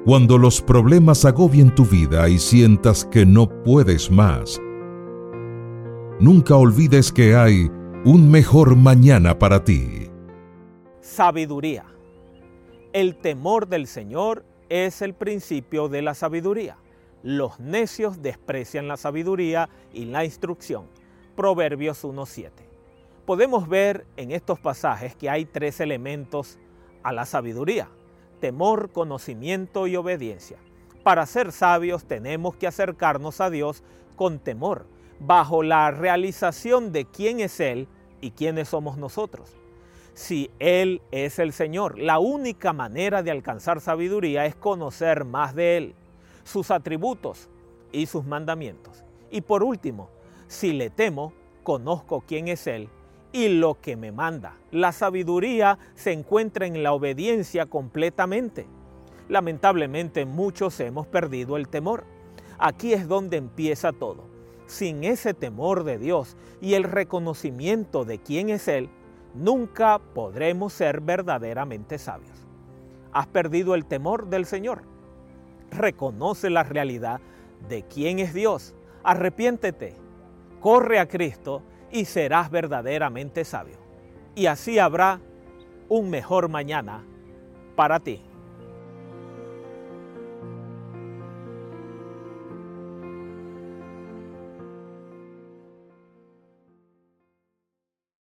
Cuando los problemas agobien tu vida y sientas que no puedes más, nunca olvides que hay un mejor mañana para ti. Sabiduría. El temor del Señor es el principio de la sabiduría. Los necios desprecian la sabiduría y la instrucción. Proverbios 1:7. Podemos ver en estos pasajes que hay 3 elementos a la sabiduría: temor, conocimiento y obediencia. Para ser sabios tenemos que acercarnos a Dios con temor, bajo la realización de quién es Él y quiénes somos nosotros. Si Él es el Señor, la única manera de alcanzar sabiduría es conocer más de Él, sus atributos y sus mandamientos. Y por último, si le temo, conozco quién es Él y lo que me manda. La sabiduría se encuentra en la obediencia completamente. Lamentablemente muchos hemos perdido el temor. Aquí es donde empieza todo. Sin ese temor de Dios y el reconocimiento de quién es Él, nunca podremos ser verdaderamente sabios. ¿Has perdido el temor del Señor? Reconoce la realidad de quién es Dios. Arrepiéntete, corre a Cristo y serás verdaderamente sabio. Y así habrá un mejor mañana para ti.